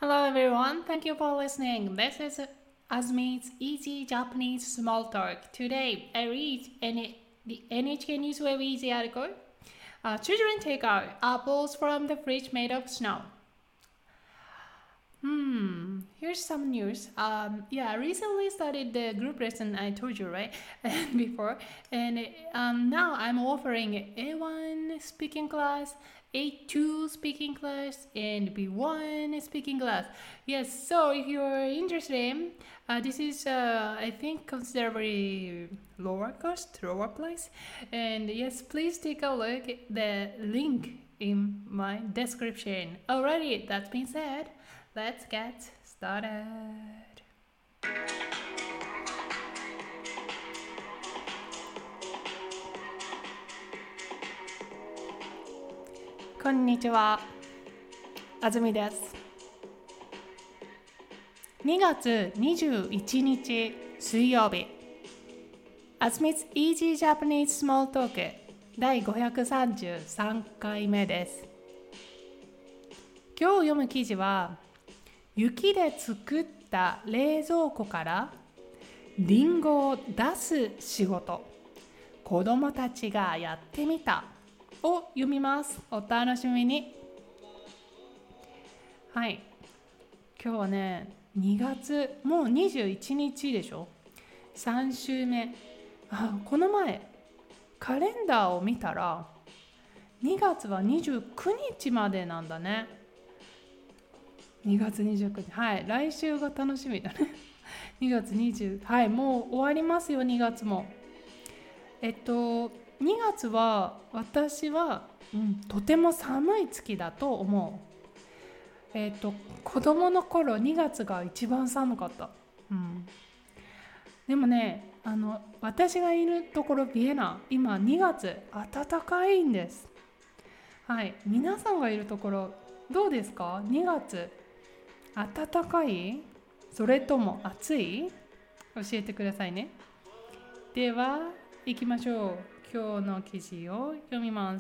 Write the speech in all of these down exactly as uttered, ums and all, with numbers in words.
Hello everyone, thank you for listening. This is Azmi's Easy Japanese Small Talk. Today I read N- the N H K News Web Easy article. Uh, children take out apples from the fridge made of snow. Hmm, here's some news. Um, yeah, I recently started the group lesson I told you, right? Before. And um, now I'm offering A one speaking class, A two speaking class, and B one speaking class. Yes, so if you're interested, uh, this is, uh, I think, considerably lower cost, lower price. And yes, please take a look at the link in my description. Alrighty, that being said, let's get started. こんにちは、あずみです。にがつにじゅういちにち水曜日、あずみ 's Easy Japanese Small Talk 第ごひゃくさんじゅうさんかいめです。今日読む記事は、雪で作った冷蔵庫からリンゴを出す仕事、子どもたちがやってみたを読みます。お楽しみに。はい、今日はね、にがつもうにじゅういちにちでしょ。さん週目。あ、この前カレンダーを見たらにがつはにじゅうくにちまでなんだね。にがつにじゅうくにち、はい、来週が楽しみだね。にがつにじゅう、はい、もう終わりますよ、にがつも。えっと、にがつは私は、うん、とても寒い月だと思う。えっと、子供の頃にがつが一番寒かった。うん、でもね、あの、私がいるところビエナ、今にがつ暖かいんです。はい、皆さんがいるところどうですか？にがつ暖かい？それとも暑い？教えてくださいね。では行きましょう。今日の記事を読みます。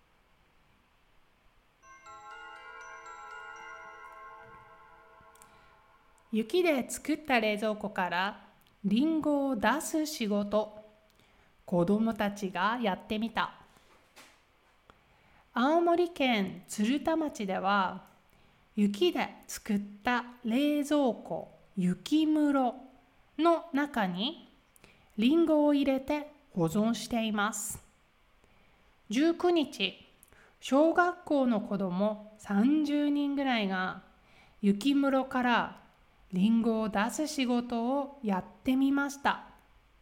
雪で作った冷蔵庫からリンゴを出す仕事、子どもたちがやってみた。青森県鶴田町では雪で作った冷蔵庫、雪室の中にリンゴを入れて保存しています。じゅうくにち、小学校の子どもさんじゅうにんぐらいが雪室からリンゴを出す仕事をやってみました。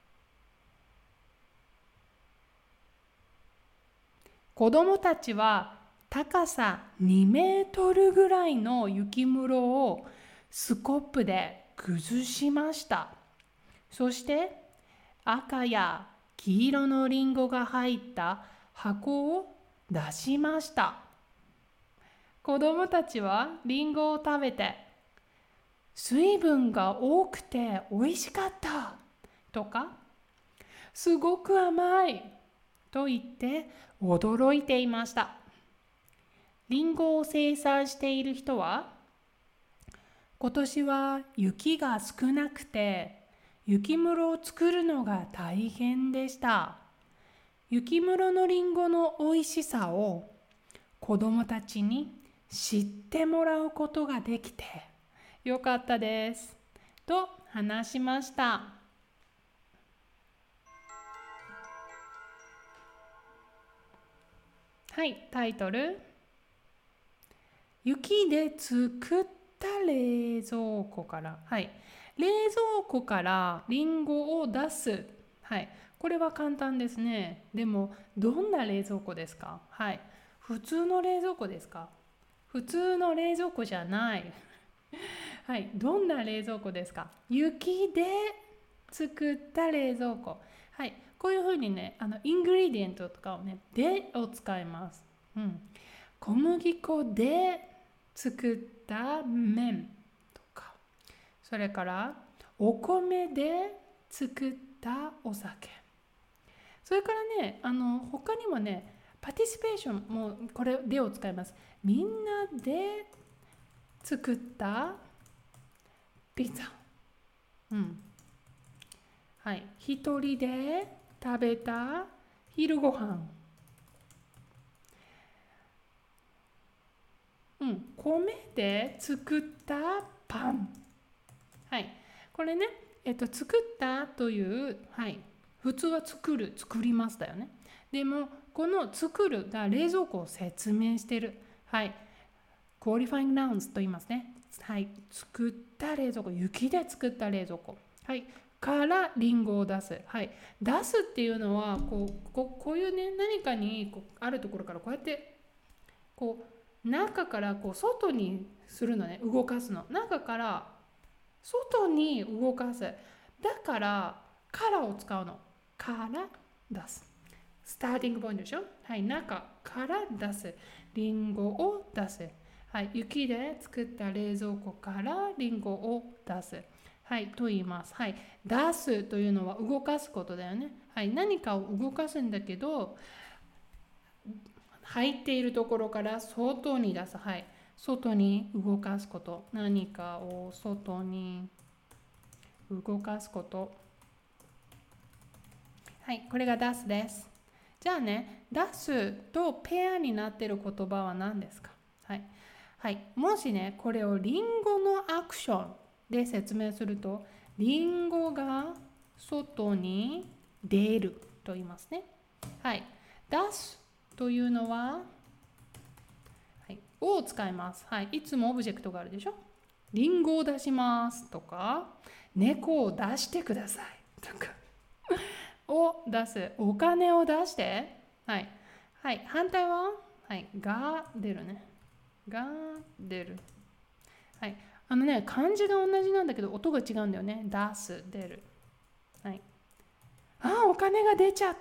子どもたちは高さにメートルぐらいの雪室をスコップで崩しました。そして赤や黄色のリンゴが入った箱を出しました。子どもたちはリンゴを食べて、水分が多くておいしかったとか、すごく甘いと言って驚いていました。リンゴを生産している人は、今年は雪が少なくて雪室を作るのが大変でした。雪室のリンゴの美味しさを子どもたちに知ってもらうことができてよかったですと話しました。はい、タイトル。雪で作った冷蔵庫から、はい、冷蔵庫からリンゴを出す。はい、これは簡単ですね。でもどんな冷蔵庫ですか？はい、普通の冷蔵庫ですか？普通の冷蔵庫じゃない。はい、どんな冷蔵庫ですか？雪で作った冷蔵庫。はい、こういうふうにね、あのイングリディエントとかをね、でを使います。うん、小麦粉で作った麺とか、それからお米で作ったお酒。それからね、あの他にもね、パティシペーションもこれでを使います。みんなで作ったピザ。うん。はい。一人で食べた昼ご飯。うん。米で作ったパン。はい。これね、えっと、作ったという、はい。普通は作る、作りますだよね。でも、この作るが冷蔵庫を説明している。はい。qualifying nouns と言いますね。はい。作った冷蔵庫。雪で作った冷蔵庫。はい。からリンゴを出す。はい。出すっていうのは、こう、こうこういうね、何かにこうあるところからこうやって、こう、中からこう外にするのね。動かすの。中から外に動かす。だから、からを使うの。から出す。スターティングポイントでしょ。はい。中から出す。リンゴを出す。はい。雪で作った冷蔵庫からリンゴを出す。はい。と言います。はい。出すというのは動かすことだよね。はい。何かを動かすんだけど、入っているところから外に出す。はい。外に動かすこと。何かを外に動かすこと。はい。これが出すです。じゃあね、出すとペアになっている言葉は何ですか？はい。はい。もしね、これをリンゴのアクションで説明すると、リンゴが外に出ると言いますね。はい。出すというのは、はい、を使います。はい。いつもオブジェクトがあるでしょ。リンゴを出しますとか、猫を出してくださいとかを出す。お金を出して。はい。はい。反対は、はい。が出るね。が出る。はい。あのね、漢字が同じなんだけど、音が違うんだよね。出す、出る。はい。あ、お金が出ちゃった。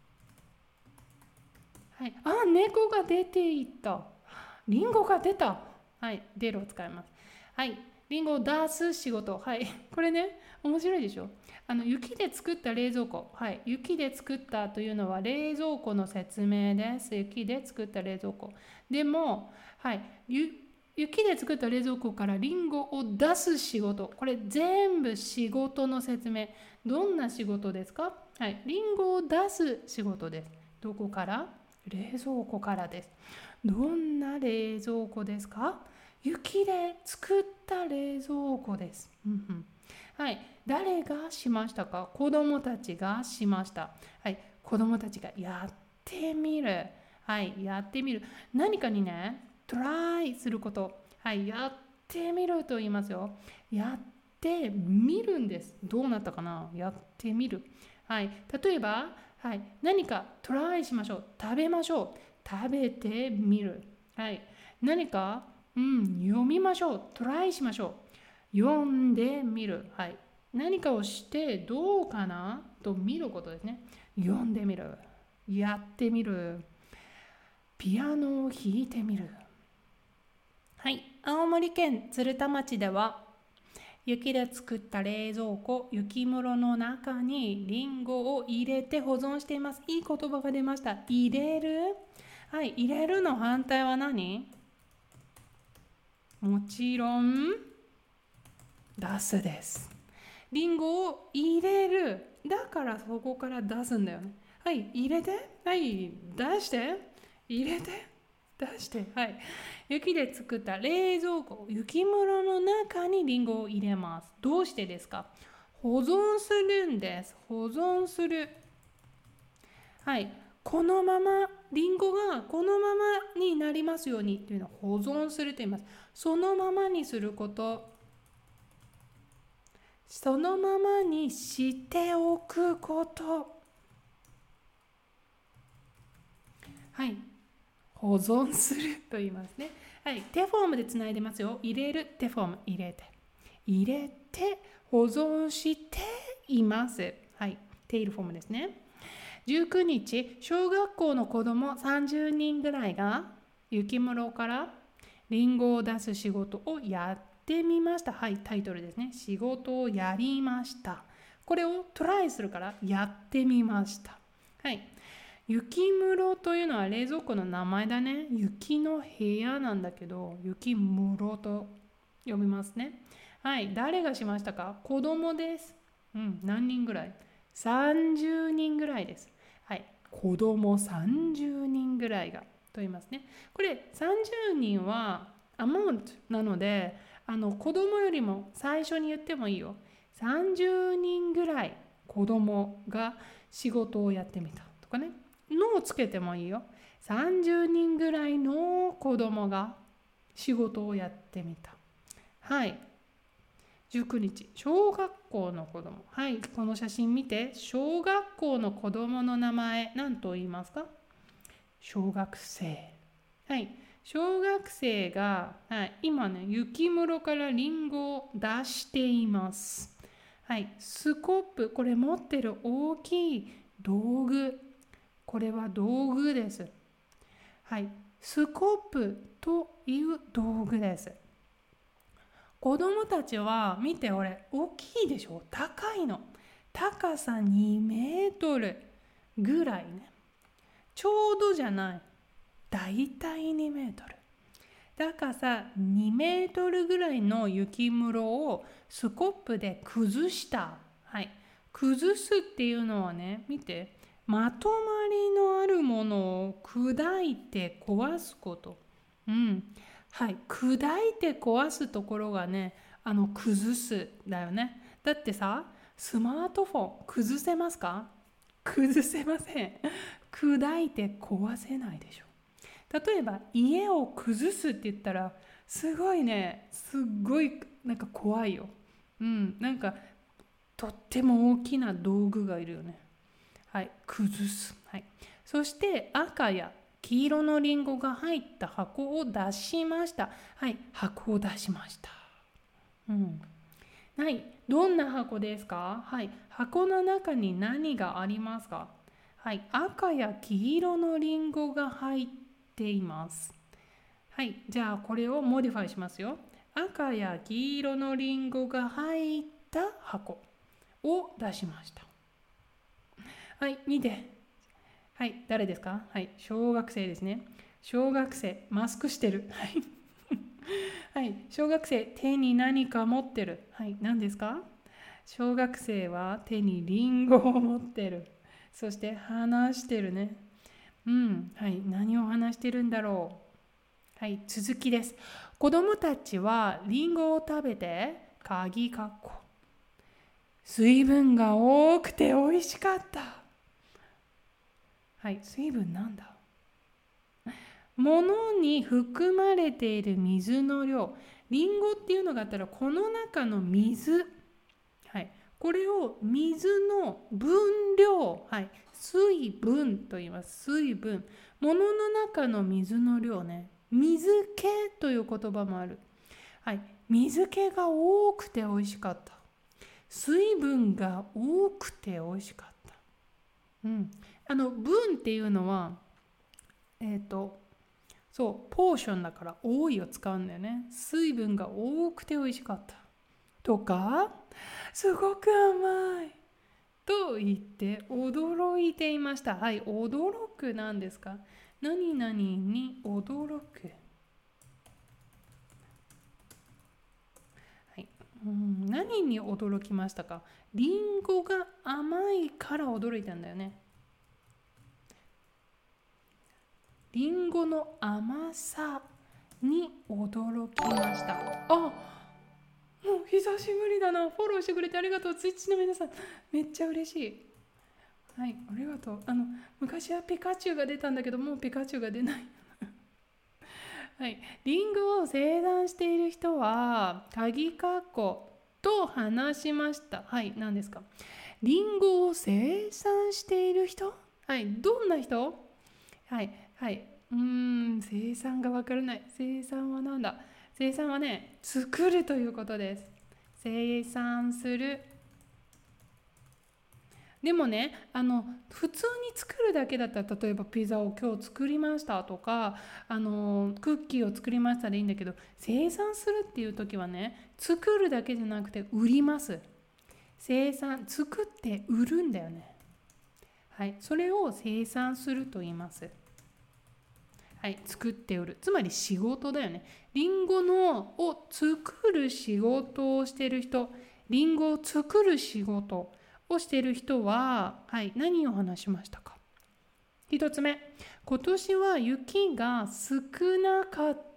はい。あ、猫が出ていった。リンゴが出た。はい。出るを使います。はい。リンゴを出す仕事。はい。これね、面白いでしょ。あの雪で作った冷蔵庫。はい。雪で作ったというのは冷蔵庫の説明です。雪で作った冷蔵庫。でも、はい。雪で作った冷蔵庫からリンゴを出す仕事。これ全部仕事の説明。どんな仕事ですか？はい。リンゴを出す仕事です。どこから？冷蔵庫からです。どんな冷蔵庫ですか？雪で作った冷蔵庫です。はい。誰がしましたか？子供たちがしました。はい。子供たちがやってみる。はい。やってみる。何かにね、トライすること。はい。やってみると言いますよ。やってみるんです。どうなったかな？やってみる。はい。例えば、はい。何かトライしましょう。食べましょう。食べてみる。はい。何か、うん、読みましょう。トライしましょう。読んでみる。はい。何かをしてどうかなと見ることですね。読んでみる。やってみる。ピアノを弾いてみる。はい。青森県鶴田町では、雪で作った冷蔵庫、雪室の中にリンゴを入れて保存しています。いい言葉が出ました。入れる。はい。入れるの反対は何？もちろん、出すです。リンゴを入れる。だからそこから出すんだよね。はい。入れて。はい。出して。入れて。出して。はい。雪で作った冷蔵庫、雪室の中にリンゴを入れます。どうしてですか？保存するんです。保存する。はい。このまま、リンゴがこのままになりますようにというのを保存すると言います。そのままにすること。そのままにしておくこと。はい。保存すると言いますね。はい。手フォームでつないでますよ。入れる、手フォーム、入れて。入れて、保存しています。はい。テイルフォームですね。じゅうくにち、小学校の子供さんじゅうにんぐらいが雪室からリンゴを出す仕事をやってみました。はい、タイトルですね。仕事をやりました。これをトライするからやってみました。はい。 雪室というのは冷蔵庫の名前だね。雪の部屋なんだけど、雪室と呼びますね。はい、誰がしましたか？子供です。うん、何人ぐらい？さんじゅうにんぐらいです。はい、子供さんじゅうにんぐらいがと言いますね。これさんじゅうにんはアマウントなので、あの子供よりも最初に言ってもいいよ。さんじゅうにんぐらい子供が仕事をやってみたとかね。のをつけてもいいよ。さんじゅうにんぐらいの子供が仕事をやってみた。はい。じゅうくにち、小学校の子供。はい、この写真見て。小学校の子供の名前、何と言いますか？小学生。はい。小学生が、はい、今ね、雪室からリンゴを出しています。はい。スコップ、これ持ってる大きい道具。これは道具です。はい。スコップという道具です。子供たちは見て、俺大きいでしょ？高いの。高さにメートルぐらいね。ちょうどじゃない。だいたいにメートル。高さにメートルぐらいの雪室をスコップで崩した。はい。崩すっていうのはね、見て。まとまりのあるものを砕いて壊すこと。うん。はい、砕いて壊すところがね、あの崩すだよね。だってさ、スマートフォン崩せますか？崩せません。砕いて壊せないでしょ。例えば家を崩すって言ったら、すごいね、すっごいなんか怖いよ。うん、なんかとっても大きな道具がいるよね。はい、崩す。はい。そして赤や黄色のリンゴが入った箱を出しました。はい、箱を出しました。うん。はい、どんな箱ですか？はい、箱の中に何がありますか？はい、赤や黄色のリンゴが入っています。はい、じゃあこれをモディファイしますよ。赤や黄色のリンゴが入った箱を出しました。はい、見て。はい、誰ですか？はい、小学生ですね。小学生、マスクしてる。はい。はい、小学生、手に何か持ってる。はい、何ですか？小学生は手にリンゴを持ってる。そして話してるね。うん、はい、何を話してるんだろう。はい、続きです。子供たちはリンゴを食べて、鍵括弧。水分が多くて美味しかった。はい、水分なんだ？物に含まれている水の量。リンゴっていうのがあったら、この中の水。はい、これを水の分量。はい、水分と言います。水分。物の中の水の量ね。水気という言葉もある。はい、水気が多くて美味しかった。水分が多くて美味しかった。うん。あの分っていうのは、えっと、そう、ポーションだから多いを使うんだよね。水分が多くて美味しかった。とか、すごく甘い。と言って驚いていました。はい、驚くなんですか？何々に驚く。はい、うん、何に驚きましたか？リンゴが甘いから驚いたんだよね。リンゴの甘さに驚きました。あ、もう久しぶりだな。フォローしてくれてありがとう。ツイッチの皆さん、めっちゃ嬉しい。はい、ありがとう。あの、昔はピカチュウが出たんだけど、もうピカチュウが出ない。はい、リンゴを生産している人は、鍵括弧と話しました。はい、何ですか？リンゴを生産している人？はい、どんな人？はい、はい。うーん、生産がわからない。生産は何だ？生産はね、作るということです。生産する。でもね、あの普通に作るだけだったら、例えばピザを今日作りましたとか、あのクッキーを作りましたでいいんだけど、生産するっていう時はね、作るだけじゃなくて売ります。生産、作って売るんだよね。 はい、それを生産すると言います。はい、作って売る。つまり仕事だよね。リンゴのを作る仕事をしている人、リンゴを作る仕事をしている人は、はい、何を話しましたか？一つ目、今年は雪が少なかった。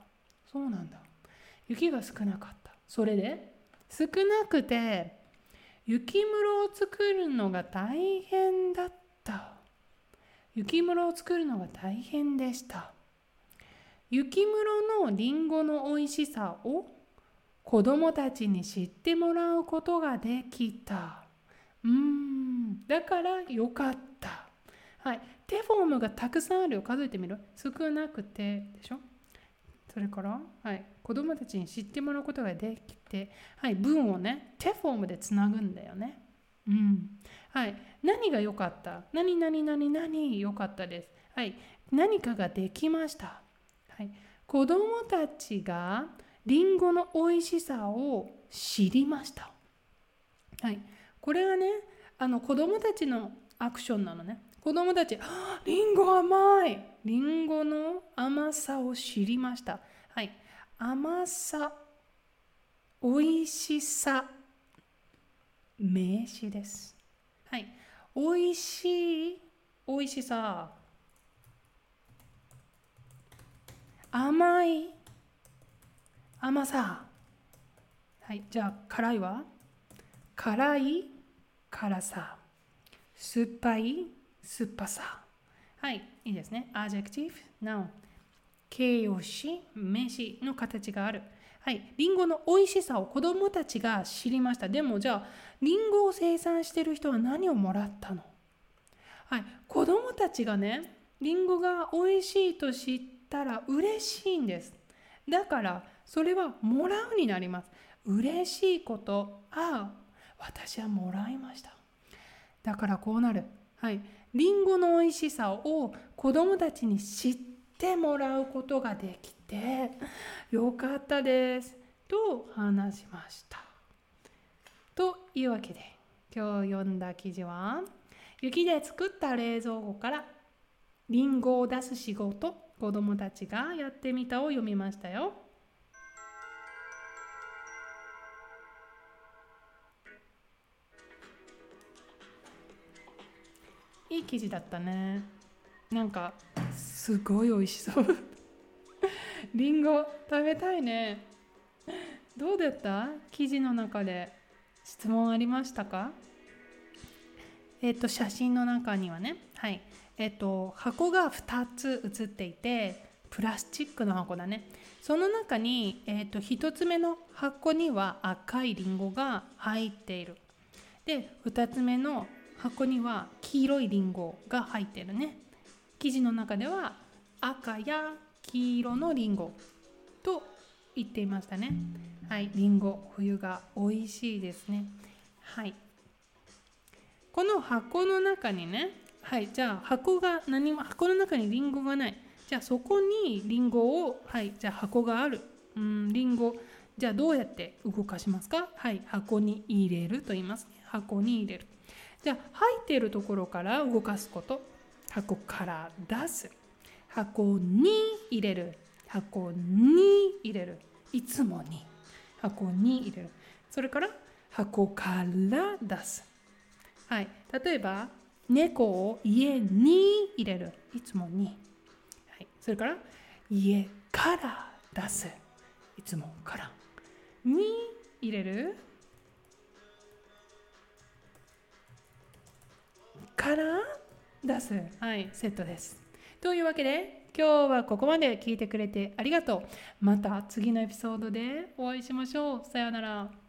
そうなんだ。雪が少なかった。それで少なくて雪室を作るのが大変だった。雪室を作るのが大変でした。雪室のリンゴの美味しさを子供たちに知ってもらうことができた。うーん、だからよかった。はい、テフォームがたくさんあるよ。数えてみる。少なくてでしょ。それから、はい、子供たちに知ってもらうことができて、はい、文をね、テフォームでつなぐんだよね。うん。はい、何が良かった？何何何何良かったです。はい、何かができました。はい、子供たちがリンゴの美味しさを知りました。はい、これはね、あの子供たちのアクションなのね。子供たち、リンゴ甘い。リンゴの甘さを知りました。はい、甘さ、美味しさ、名詞です。はい、美味しい、美味しさ、甘い、甘さ。はい、じゃあ辛いは辛い、辛さ。酸っぱい、酸っぱさ。はい、いいですね。adjective、noun。形容詞、名詞の形がある。はい、リンゴの美味しさを子どもたちが知りました。でもじゃあ、リンゴを生産している人は何をもらったの？はい、子どもたちがね、リンゴが美味しいと知ったら嬉しいんです。だから、それはもらうになります。嬉しいこと、ああ、私はもらいました。だからこうなる。はい、リンゴの美味しさを子どもたちに知ってもらうことができてよかったですと話しました。というわけで今日読んだ記事は雪で作った冷蔵庫からリンゴを出す仕事、子どもたちがやってみたを読みましたよ。いい記事だったね。なんかすごい美味しそうリンゴ食べたいね。どうだった？記事の中で質問ありましたか？えっと写真の中にはね、はい、えっと箱がふたつ写っていて、プラスチックの箱だね。その中に、えっとひとつめの箱には赤いリンゴが入っている。で、ふたつめの箱には黄色いリンゴが入っているね。記事の中では赤や黄色のリンゴと言っていましたね。はい、リンゴ冬が美味しいですね。はい。この箱の中にね、はい、じゃあ箱が何も箱の中にリンゴがない。じゃあそこにリンゴを、はい、じゃあ箱がある。うん、リンゴじゃあどうやって動かしますか？はい、箱に入れると言います、ね。箱に入れる。じゃあ入っているところから動かすこと。箱から出す。箱に入れる。箱に入れる。いつもに。箱に入れる。それから箱から出す。はい。例えば、猫を家に入れる。いつもに。はい。それから家から出す。いつもから。に入れる。から出す。はい。セットです。というわけで、今日はここまで聞いてくれてありがとう。また次のエピソードでお会いしましょう。さようなら。